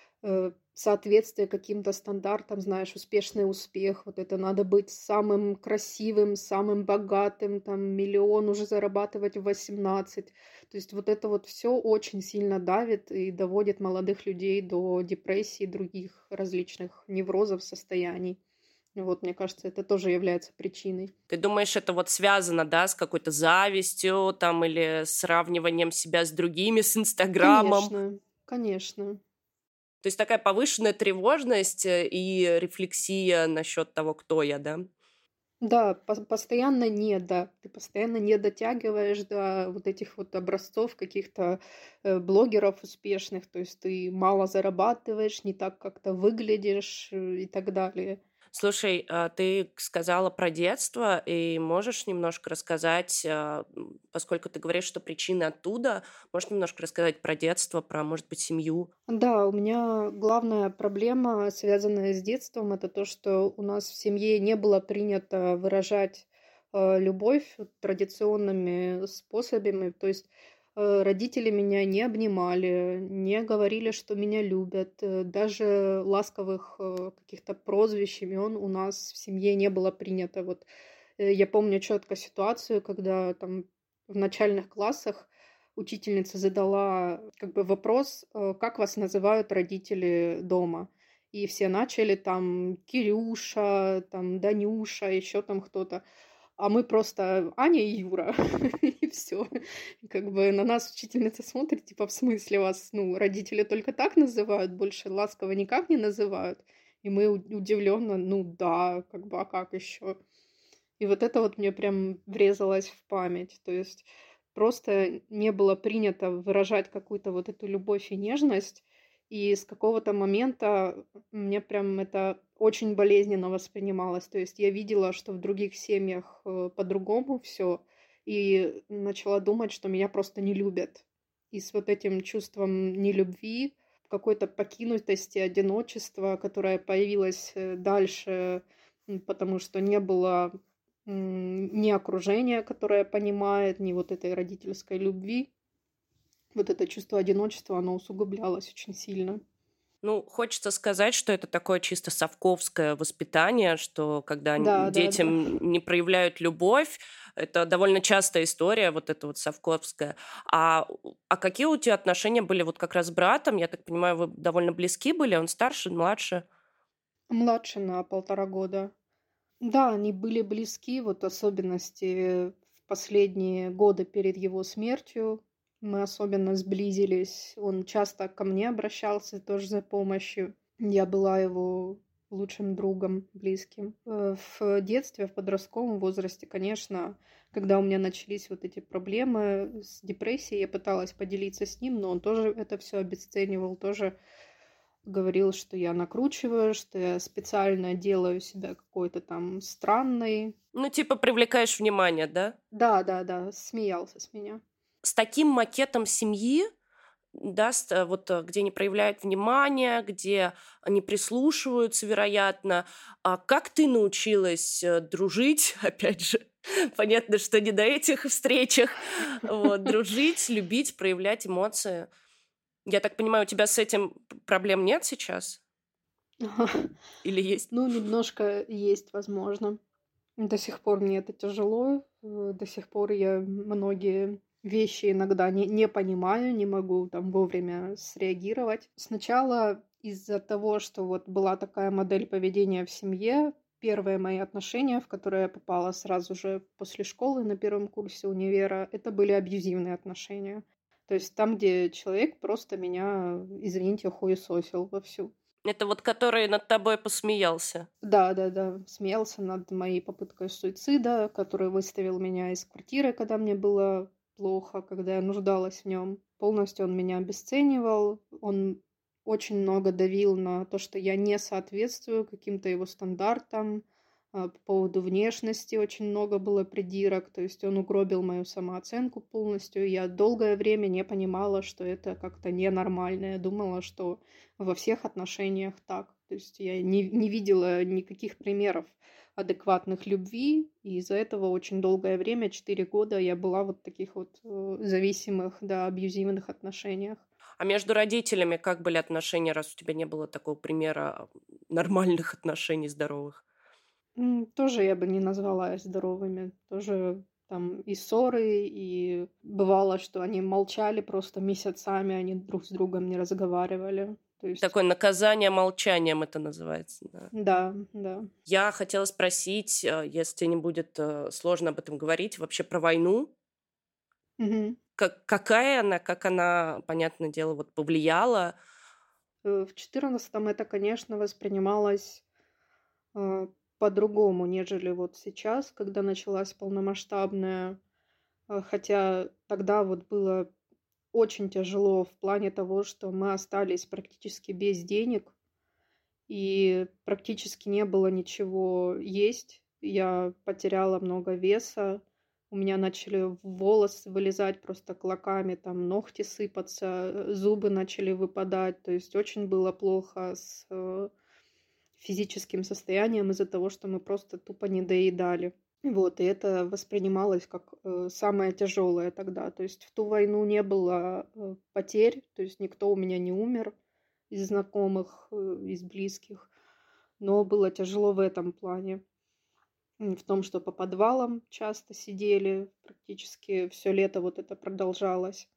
[SPEAKER 2] э, соответствие каким-то стандартам, знаешь, успешный успех. Вот это надо быть самым красивым, самым богатым, там миллион уже зарабатывать в восемнадцать. То есть вот это вот все очень сильно давит и доводит молодых людей до депрессии и других различных неврозов, состояний. Вот, мне кажется, это тоже является причиной.
[SPEAKER 4] Ты думаешь, это вот связано, да, с какой-то завистью там или сравниванием себя с другими, с Инстаграмом?
[SPEAKER 2] Конечно, конечно.
[SPEAKER 4] То есть такая повышенная тревожность э, и рефлексия насчет того, кто я, да?
[SPEAKER 2] Да, пос- постоянно не, да. Ты постоянно не дотягиваешь до вот этих вот образцов каких-то э, блогеров успешных. То есть ты мало зарабатываешь, не так как-то выглядишь э, и так далее.
[SPEAKER 4] Слушай, а ты сказала про детство, и можешь немножко рассказать, а, м, поскольку ты говоришь, что причины оттуда, можешь немножко рассказать про детство, про, может быть, семью?
[SPEAKER 2] Да, у меня главная проблема, связанная с детством, это то, что у нас в семье не было принято выражать э, любовь вот традиционными способами. То есть э, родители меня не обнимали, не говорили, что меня любят. э, Даже ласковых э, каких-то прозвищ, имен у нас в семье не было принято. Вот э, я помню четко ситуацию, когда там в начальных классах учительница задала как бы вопрос, э, как вас называют родители дома. И все начали там Кирюша, там Данюша, еще там кто-то. А мы просто Аня и Юра. И все. Как бы на нас учительница смотрит, типа, в смысле вас, ну, родители только так называют, больше ласково никак не называют. И мы удивленно, ну да, как бы, а как еще? И вот это вот мне прям врезалось в память. То есть просто не было принято выражать какую-то вот эту любовь и нежность. И с какого-то момента мне прям это очень болезненно воспринималось. То есть я видела, что в других семьях э, по-другому все, и начала думать, что меня просто не любят. И с вот этим чувством нелюбви, какой-то покинутости, одиночества, которое появилось э, дальше, м, потому что не было м, ни окружения, которое понимает, ни вот этой родительской любви. Вот это чувство одиночества, оно усугублялось очень сильно.
[SPEAKER 4] Ну, хочется сказать, что это такое чисто совковское воспитание, что когда н-
[SPEAKER 2] Да, да, да.
[SPEAKER 4] детям не проявляют любовь, это довольно частая история, вот эта вот совковская. А, у- а какие у тебя отношения были вот как раз с братом? Я так понимаю, вы довольно близки были, он старше, младше?
[SPEAKER 2] Младше на полтора года. Да, они были близки, вот особенности в последние годы перед его смертью. Мы особенно сблизились. Он часто ко мне обращался тоже за помощью. Я была его лучшим другом, близким. Э, В детстве, в подростковом возрасте, конечно, когда у меня начались вот эти проблемы с депрессией, я пыталась поделиться с ним, но он тоже это все обесценивал, тоже говорил, что я накручиваю, что я специально делаю себя какой-то там странной.
[SPEAKER 4] Ну, типа привлекаешь внимание, да?
[SPEAKER 2] Да, да, да, смеялся с меня.
[SPEAKER 4] С таким макетом семьи, да, с- э, вот э, где не проявляют внимания, где они прислушиваются, вероятно. А как ты научилась э, дружить, опять же, понятно, что не на этих встречах, вот, дружить, любить, проявлять эмоции. Я так понимаю, у тебя с этим п- проблем нет сейчас? Или есть?
[SPEAKER 2] Ну, немножко есть, возможно. До сих пор мне это тяжело. э, До сих пор я многие вещи иногда не, не понимаю, не могу там вовремя среагировать. Сначала из-за того, что вот была такая модель поведения в семье, первые мои отношения, в которые я попала сразу же после школы на первом курсе универа, это были абьюзивные отношения. То есть там, где человек просто меня, извините, хуесосил вовсю.
[SPEAKER 4] Это вот который над тобой посмеялся.
[SPEAKER 2] Да, да, да, смеялся над моей попыткой суицида, который выставил меня из квартиры, когда мне было плохо, когда я нуждалась в нем. Полностью он меня обесценивал, он очень много давил на то, что я не соответствую каким-то его стандартам. а, По поводу внешности очень много было придирок, то есть он угробил мою самооценку полностью. Я долгое время не понимала, что это как-то ненормально. Я думала, что во всех отношениях так. То есть я не, не видела никаких примеров адекватных любви, и из-за этого очень долгое время, четыре года, я была вот в таких вот э, зависимых, да, абьюзивных отношениях.
[SPEAKER 4] А между родителями как были отношения, раз у тебя не было такого примера нормальных отношений, здоровых?
[SPEAKER 2] М, Тоже я бы не назвала их здоровыми. Тоже там и ссоры, и бывало, что они молчали просто месяцами, они друг с другом не разговаривали. То есть,
[SPEAKER 4] Такое наказание молчанием это называется. Да.
[SPEAKER 2] да, да.
[SPEAKER 4] Я хотела спросить, э, если тебе не будет э, сложно об этом говорить, вообще про войну.
[SPEAKER 2] Мгм.
[SPEAKER 4] Как, какая она, как она, понятное дело, вот повлияла?
[SPEAKER 2] Э, В четырнадцатом это, конечно, воспринималось э, по-другому, нежели вот сейчас, когда началась полномасштабная. Э, Хотя тогда вот было очень тяжело в плане того, что мы остались практически без денег и практически не было ничего есть. Я потеряла много веса, у меня начали волосы вылезать просто клоками, там ногти сыпаться, э, зубы начали выпадать. То есть очень было плохо с э, физическим состоянием из-за того, что мы просто тупо не доедали. Вот, и это воспринималось как э, самое тяжелое тогда. То есть в ту войну не было э, потерь, то есть никто у меня не умер из знакомых, э, из близких, но было тяжело в этом плане. М, В том, что по подвалам часто сидели, практически все лето вот это продолжалось.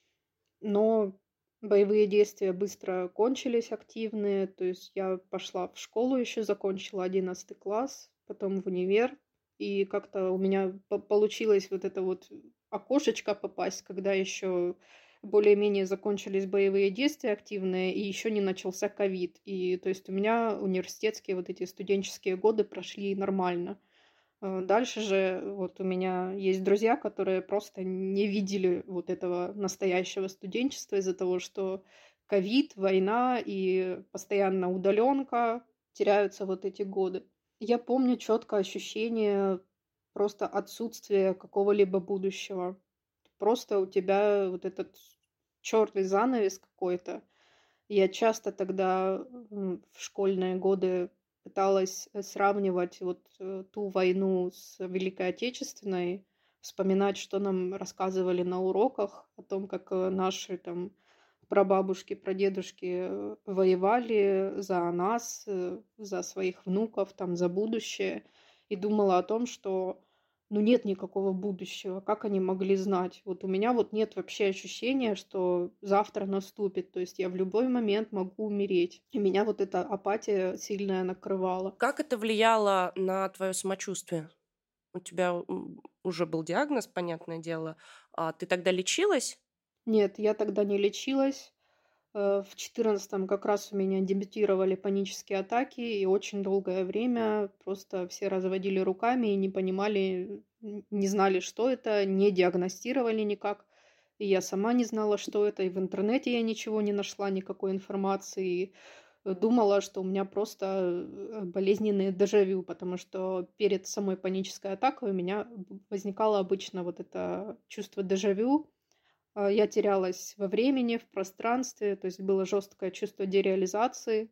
[SPEAKER 2] Но боевые действия быстро кончились, активные. То есть я пошла в школу еще, закончила одиннадцатый класс, потом в универ. И как-то у меня по- получилось вот это вот окошечко попасть, когда еще более-менее закончились боевые действия активные, и еще не начался ковид. И то есть у меня университетские вот эти студенческие годы прошли нормально. Э, Дальше же вот у меня есть друзья, которые просто не видели вот этого настоящего студенчества из-за того, что ковид, война и постоянно удаленка, теряются вот эти годы. Я помню четко ощущение просто отсутствия какого-либо будущего. Просто у тебя вот этот черный занавес какой-то. Я часто тогда м, в школьные годы пыталась э, сравнивать вот э, ту войну с Великой Отечественной, вспоминать, что нам рассказывали на уроках о том, как э, наши там прабабушки, прадедушки э, воевали за нас, э, за своих внуков, там, за будущее, и думала о том, что ну нет никакого будущего, как они могли знать? Вот у меня вот нет вообще ощущения, что завтра наступит, то есть я в любой момент могу умереть. И меня вот эта апатия сильная накрывала.
[SPEAKER 4] Как это влияло на твое самочувствие? У тебя м, уже был диагноз, понятное дело. А ты тогда лечилась?
[SPEAKER 2] Нет, я тогда не лечилась. Э, В четырнадцатом как раз у меня дебютировали панические атаки, и очень долгое время просто все разводили руками и не понимали, н- не знали, что это, не диагностировали никак. И я сама не знала, что это, и в интернете я ничего не нашла, никакой информации. И э, думала, что у меня просто э, болезненное дежавю, потому что перед самой панической атакой у меня б- возникало обычно вот это чувство дежавю, а, я терялась во времени, в пространстве, то есть было жесткое чувство дереализации.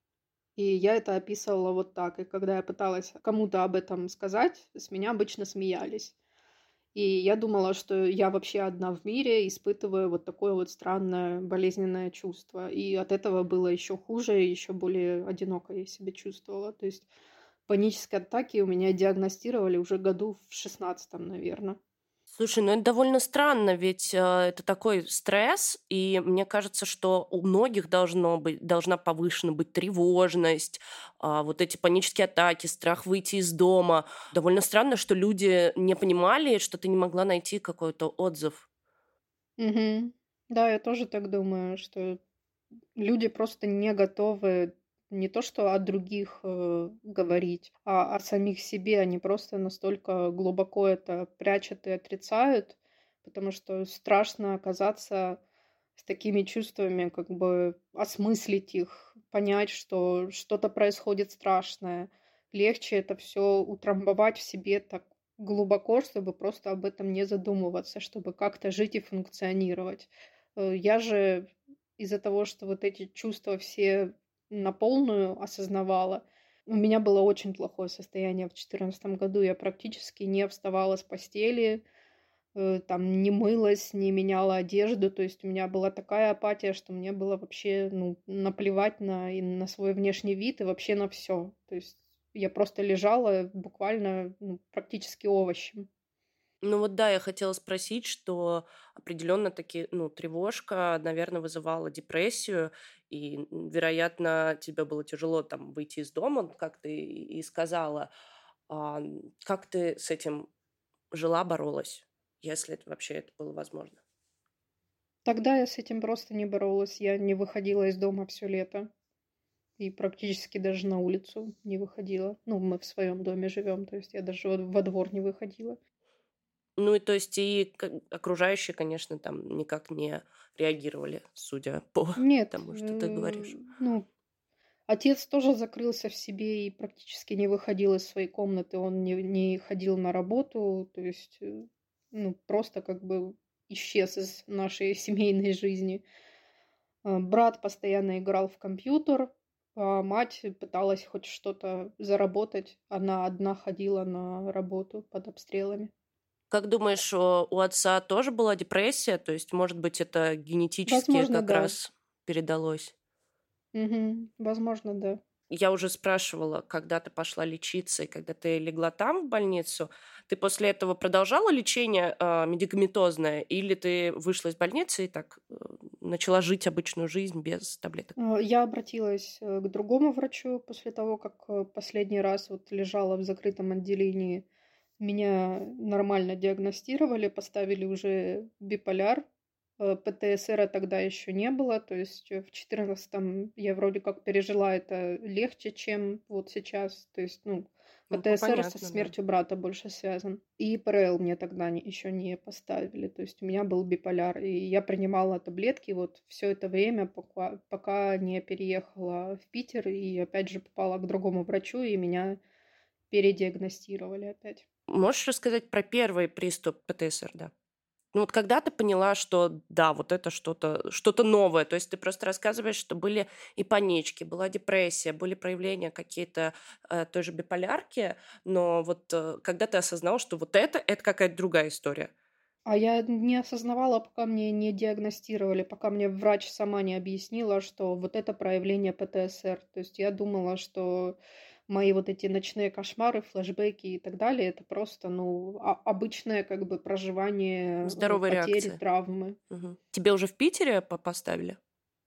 [SPEAKER 2] И я это описывала вот так. И когда я пыталась кому-то об этом сказать, с меня обычно смеялись. И я думала, что я вообще одна в мире, испытываю вот такое вот странное болезненное чувство. И от этого было еще хуже, еще более одиноко я себя чувствовала. То есть панические атаки у меня диагностировали уже году в шестнадцатом, наверное.
[SPEAKER 4] Слушай, ну это довольно странно, ведь э, это такой стресс, и мне кажется, что у многих должно быть, должна повышена быть тревожность, а, вот эти панические атаки, страх выйти из дома. Довольно странно, что люди не понимали, что ты не могла найти какой-то отзыв.
[SPEAKER 2] Мгм. Да, я тоже так думаю, что люди просто не готовы не то что о других э, говорить, а о самих себе. Они просто настолько глубоко это прячут и отрицают, потому что страшно оказаться с такими чувствами, как бы осмыслить их, понять, что что-то происходит страшное. Легче это все утрамбовать в себе так глубоко, чтобы просто об этом не задумываться, чтобы как-то жить и функционировать. Э, Я же из-за того, что вот эти чувства все на полную осознавала, у меня было очень плохое состояние в четырнадцатом году. Я практически не вставала с постели, э, там не мылась, не меняла одежду. То есть у меня была такая апатия, что мне было вообще ну, наплевать на, и на свой внешний вид и вообще на все. То есть я просто лежала буквально ну, практически овощем.
[SPEAKER 4] Ну вот да, я хотела спросить, что определенно таки, ну, тревожка, наверное, вызывала депрессию, и, м, вероятно, тебе было тяжело там выйти из дома, как ты и сказала. А, м, как ты с этим жила, боролась, если это вообще это было возможно?
[SPEAKER 2] Тогда я с этим просто не боролась. Я не выходила из дома все лето и практически даже на улицу не выходила. Ну, мы в своем доме живем, то есть я даже во во двор не выходила.
[SPEAKER 4] Ну и то есть и к окружающие, конечно, там никак не реагировали, судя по
[SPEAKER 2] Нет,
[SPEAKER 4] тому, что ты
[SPEAKER 2] э,
[SPEAKER 4] говоришь.
[SPEAKER 2] ну, отец тоже закрылся в себе и практически не выходил из своей комнаты. Он не не ходил на работу, то есть, э, ну, просто как бы исчез из нашей семейной жизни. А, брат постоянно играл в компьютер, а мать пыталась хоть что-то заработать. Она одна ходила на работу под обстрелами.
[SPEAKER 4] Как думаешь, о у отца тоже была депрессия? То есть, может быть, это генетически
[SPEAKER 2] Возможно,
[SPEAKER 4] как
[SPEAKER 2] да.
[SPEAKER 4] раз передалось?
[SPEAKER 2] Мгм. Возможно, да.
[SPEAKER 4] Я уже спрашивала, когда ты пошла лечиться и когда ты легла там в больницу, ты после этого продолжала лечение, а, медикаментозное, или ты вышла из больницы и так, э, начала жить обычную жизнь без таблеток?
[SPEAKER 2] А, я обратилась, э, к другому врачу после того, как, э, последний раз вот лежала в закрытом отделении. Меня нормально диагностировали, поставили уже биполяр. Э, ПТСРа тогда еще не было, то есть, э, в четырнадцатом я вроде как пережила это легче, чем вот сейчас. То есть, ну,
[SPEAKER 4] Ну,
[SPEAKER 2] ПТСР со
[SPEAKER 4] понятно, да.
[SPEAKER 2] смертью брата больше связан. И ПРЛ мне тогда не еще не поставили. То есть у меня был биполяр, и я принимала таблетки вот все это время, пока пока не переехала в Питер и опять же попала к другому врачу, и меня передиагностировали опять.
[SPEAKER 4] Можешь рассказать про первый приступ ПТСР, да? Ну вот когда ты поняла, что да, вот это что-то что-то новое? То есть ты просто рассказываешь, что были и панички, была депрессия, были проявления какие-то, э, той же биполярки, но вот, э, когда ты осознала, что вот это- это какая-то другая история?
[SPEAKER 2] А я не осознавала, пока мне не диагностировали, пока мне врач сама не объяснила, что вот это проявление ПТСР. То есть я думала, что мои вот эти ночные кошмары, флешбеки и так далее, это просто, ну, а- обычное как бы проживание э,
[SPEAKER 4] Здоровая
[SPEAKER 2] потери,
[SPEAKER 4] реакция.
[SPEAKER 2] травмы.
[SPEAKER 4] Мгм. Тебе уже в Питере по поставили?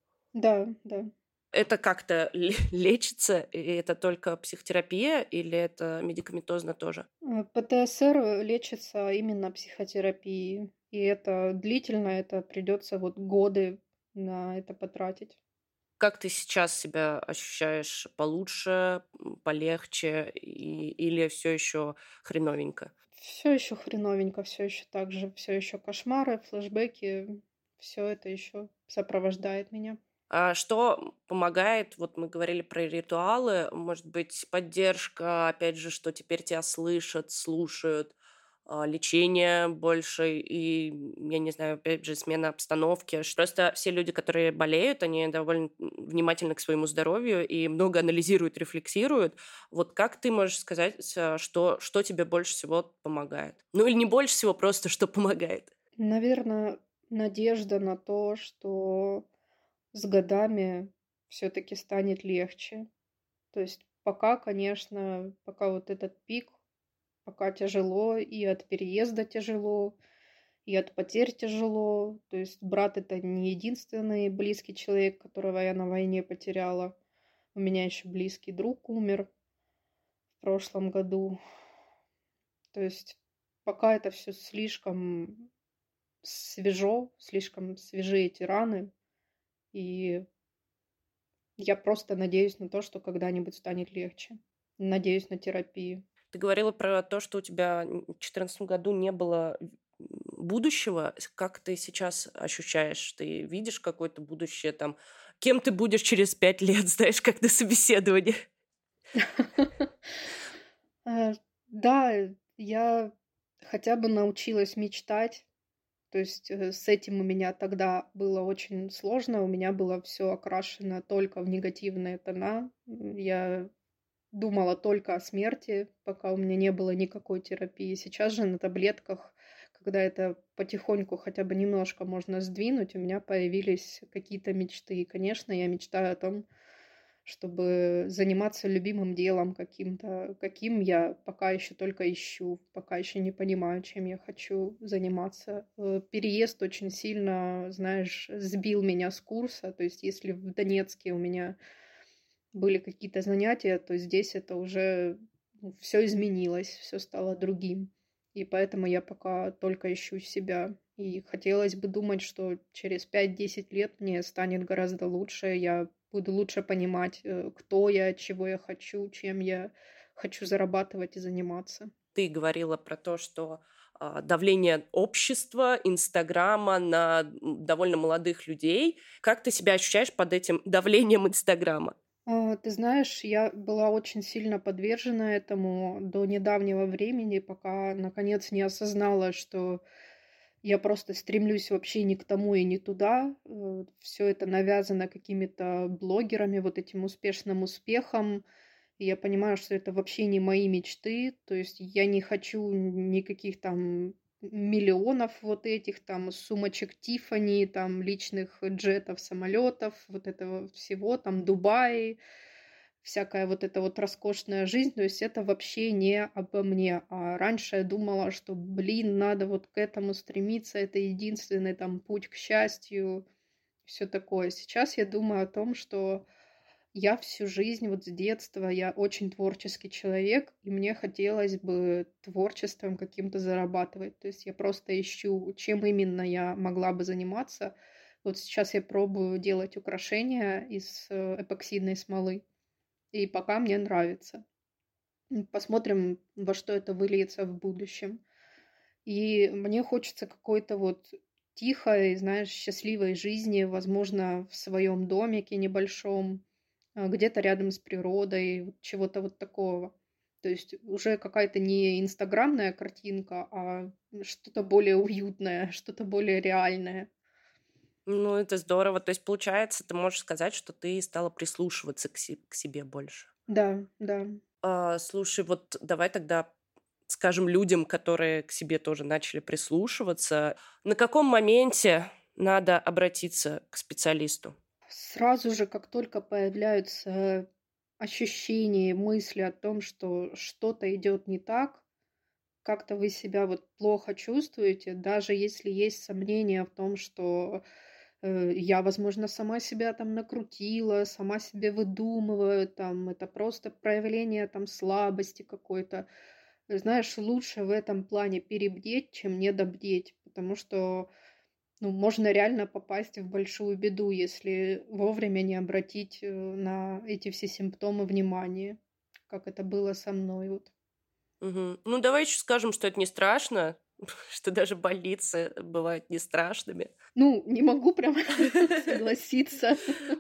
[SPEAKER 2] Да, да.
[SPEAKER 4] Это как-то ле лечится, и это только психотерапия или это медикаментозно тоже?
[SPEAKER 2] Э, ПТСР лечится именно психотерапией, и это длительно, это придется вот годы на это потратить.
[SPEAKER 4] Как ты сейчас себя ощущаешь? Получше, м, полегче и или все еще хреновенько?
[SPEAKER 2] Все еще хреновенько, все еще так же, все еще кошмары, флешбеки, все это еще сопровождает меня.
[SPEAKER 4] А что помогает? Вот мы говорили про ритуалы, может быть, поддержка, опять же, что теперь тебя слышат, слушают, а, лечение больше и, м, я не знаю, опять же, смена обстановки. Ш Просто все люди, которые болеют, они довольно, м, внимательны к своему здоровью и много анализируют, рефлексируют. Вот как ты можешь сказать, а, что что тебе больше всего помогает? Ну, или не больше всего, просто что помогает?
[SPEAKER 2] Наверно, надежда на то, что с годами все таки станет легче. То есть пока, конечно, пока вот этот пик, пока тяжело, и от переезда тяжело, и от потерь тяжело. То есть брат- это не единственный близкий человек, которого я на войне потеряла. У меня еще близкий друг умер в прошлом году. То есть пока это все слишком свежо, слишком свежи эти раны, и я просто надеюсь на то, что когда-нибудь станет легче. Надеюсь на терапию.
[SPEAKER 4] Ты говорила про то, что у тебя н в четырнадцатом году не было м, будущего. С Как ты сейчас ощущаешь? Ты видишь какое-то будущее там? Кем ты будешь через пять лет, знаешь, как на собеседовании?
[SPEAKER 2] Э, да, я хотя бы научилась мечтать. То есть, э, с этим у меня тогда было очень сложно. У меня было все окрашено только в негативные тона. М, я думала только о смерти, пока у меня не было никакой терапии. Сейчас же на таблетках, когда это потихоньку хотя бы немножко можно сдвинуть, у меня появились какие-то мечты. И, конечно, я мечтаю о том, чтобы заниматься любимым делом каким-то, каким я пока еще только ищу, пока еще не понимаю, чем я хочу заниматься. Э, Переезд очень сильно, знаешь, сбил меня с курса. То есть если в Донецке у меня были какие-то занятия, то здесь это уже все изменилось, все стало другим. И поэтому я пока только ищу себя. И хотелось бы думать, что через пять-десять лет мне станет гораздо лучше, я буду лучше понимать, э, кто я, чего я хочу, чем я хочу зарабатывать и заниматься.
[SPEAKER 4] Ты говорила про то, что а, давление общества, Инстаграма на м, довольно молодых людей. Как ты себя ощущаешь под этим давлением Инстаграма?
[SPEAKER 2] А, Ты знаешь, я была очень сильно подвержена этому до недавнего времени, пока наконец не осознала, что я просто стремлюсь вообще не к тому и не туда. Все это навязано какими-то блогерами, вот этим успешным успехом. И я понимаю, что это вообще не мои мечты. То есть я не хочу никаких там миллионов вот этих там сумочек Тиффани, там личных джетов, самолетов, вот этого всего, там Дубай, всякая вот эта вот роскошная жизнь, то есть это вообще не обо мне. А раньше я думала, что, блин, надо вот к этому стремиться, это единственный там путь к счастью, все такое. Сейчас я думаю о том, что я всю жизнь, вот с детства, я очень творческий человек, и мне хотелось бы творчеством каким-то зарабатывать. То есть я просто ищу, чем именно я могла бы заниматься. Вот сейчас я пробую делать украшения из э, эпоксидной смолы. И пока мне нравится. М, Посмотрим, во что это выльется в будущем. И мне хочется какой-то вот тихой, знаешь, счастливой жизни, возможно, в своем домике небольшом, а, где-то рядом с природой, вот чего-то вот такого. То есть уже какая-то не инстаграмная картинка, а что-то более уютное, что-то более реальное.
[SPEAKER 4] Ну, это здорово. То есть, получается, ты можешь сказать, что ты стала прислушиваться к, се- к себе больше.
[SPEAKER 2] Да, да.
[SPEAKER 4] А, слушай, вот давай тогда скажем людям, которые к себе тоже начали прислушиваться, на каком моменте надо обратиться к специалисту?
[SPEAKER 2] Сразу же, как только появляются ощущения, мысли о том, что что-то идет не так, как-то вы себя вот плохо чувствуете, даже если есть сомнения в том, что э, я, возможно, сама себя там накрутила, сама себе выдумываю, там это просто проявление там слабости какой-то. Знаешь, лучше в этом плане перебдеть, чем недобдеть, потому что ну, можно реально попасть в большую беду, если вовремя не обратить э, на эти все симптомы внимания, как это было со мной. Вот.
[SPEAKER 4] Мгм. Ну, давай еще скажем, что это не страшно, что даже больницы бывают не страшными.
[SPEAKER 2] Ну, не могу прям согласиться.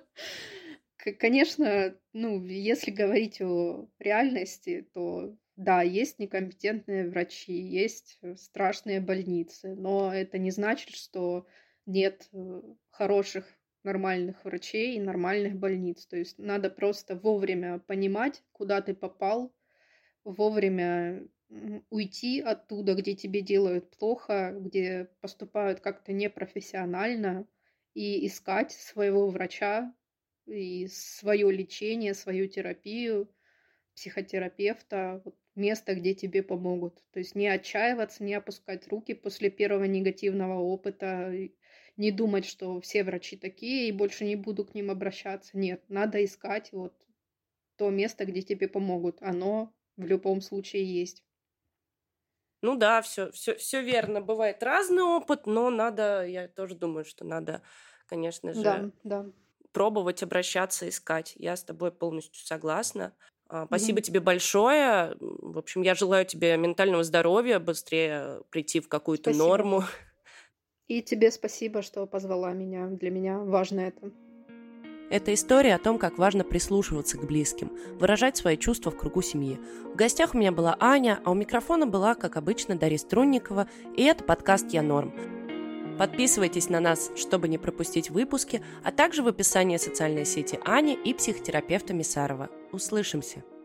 [SPEAKER 2] К- Конечно, ну, если говорить о реальности, то да, есть некомпетентные врачи, есть э, страшные больницы, но это не значит, что нет э, хороших, нормальных врачей и нормальных больниц. То есть надо просто вовремя понимать, куда ты попал, вовремя м, уйти оттуда, где тебе делают плохо, где поступают как-то непрофессионально, и искать своего врача и свое лечение, свою терапию, психотерапевта, вот место, где тебе помогут. То есть не отчаиваться, не опускать руки после первого негативного опыта, и не думать, что все врачи такие и больше не буду к ним обращаться. Нет, надо искать вот то место, где тебе помогут. Оно в любом случае есть.
[SPEAKER 4] Ну да, все, все, все верно. Бывает разный опыт, но надо, я тоже думаю, что надо, конечно же,
[SPEAKER 2] Да, да.
[SPEAKER 4] пробовать обращаться, искать. Я с тобой полностью согласна. А, Спасибо
[SPEAKER 2] Мгм.
[SPEAKER 4] тебе большое. М, В общем, я желаю тебе ментального здоровья, быстрее прийти в какую-то
[SPEAKER 2] Спасибо.
[SPEAKER 4] норму.
[SPEAKER 2] И тебе спасибо, что позвала меня. Для меня важно это.
[SPEAKER 4] Это история о том, как важно прислушиваться к близким, выражать свои чувства в кругу семьи. В гостях у меня была Аня, а у микрофона была, как обычно, Дарья Струнникова, и это подкаст «Я норм». Подписывайтесь на нас, чтобы не пропустить выпуски, а также в описании социальной сети Ани и психотерапевта Мисарова. Услышимся!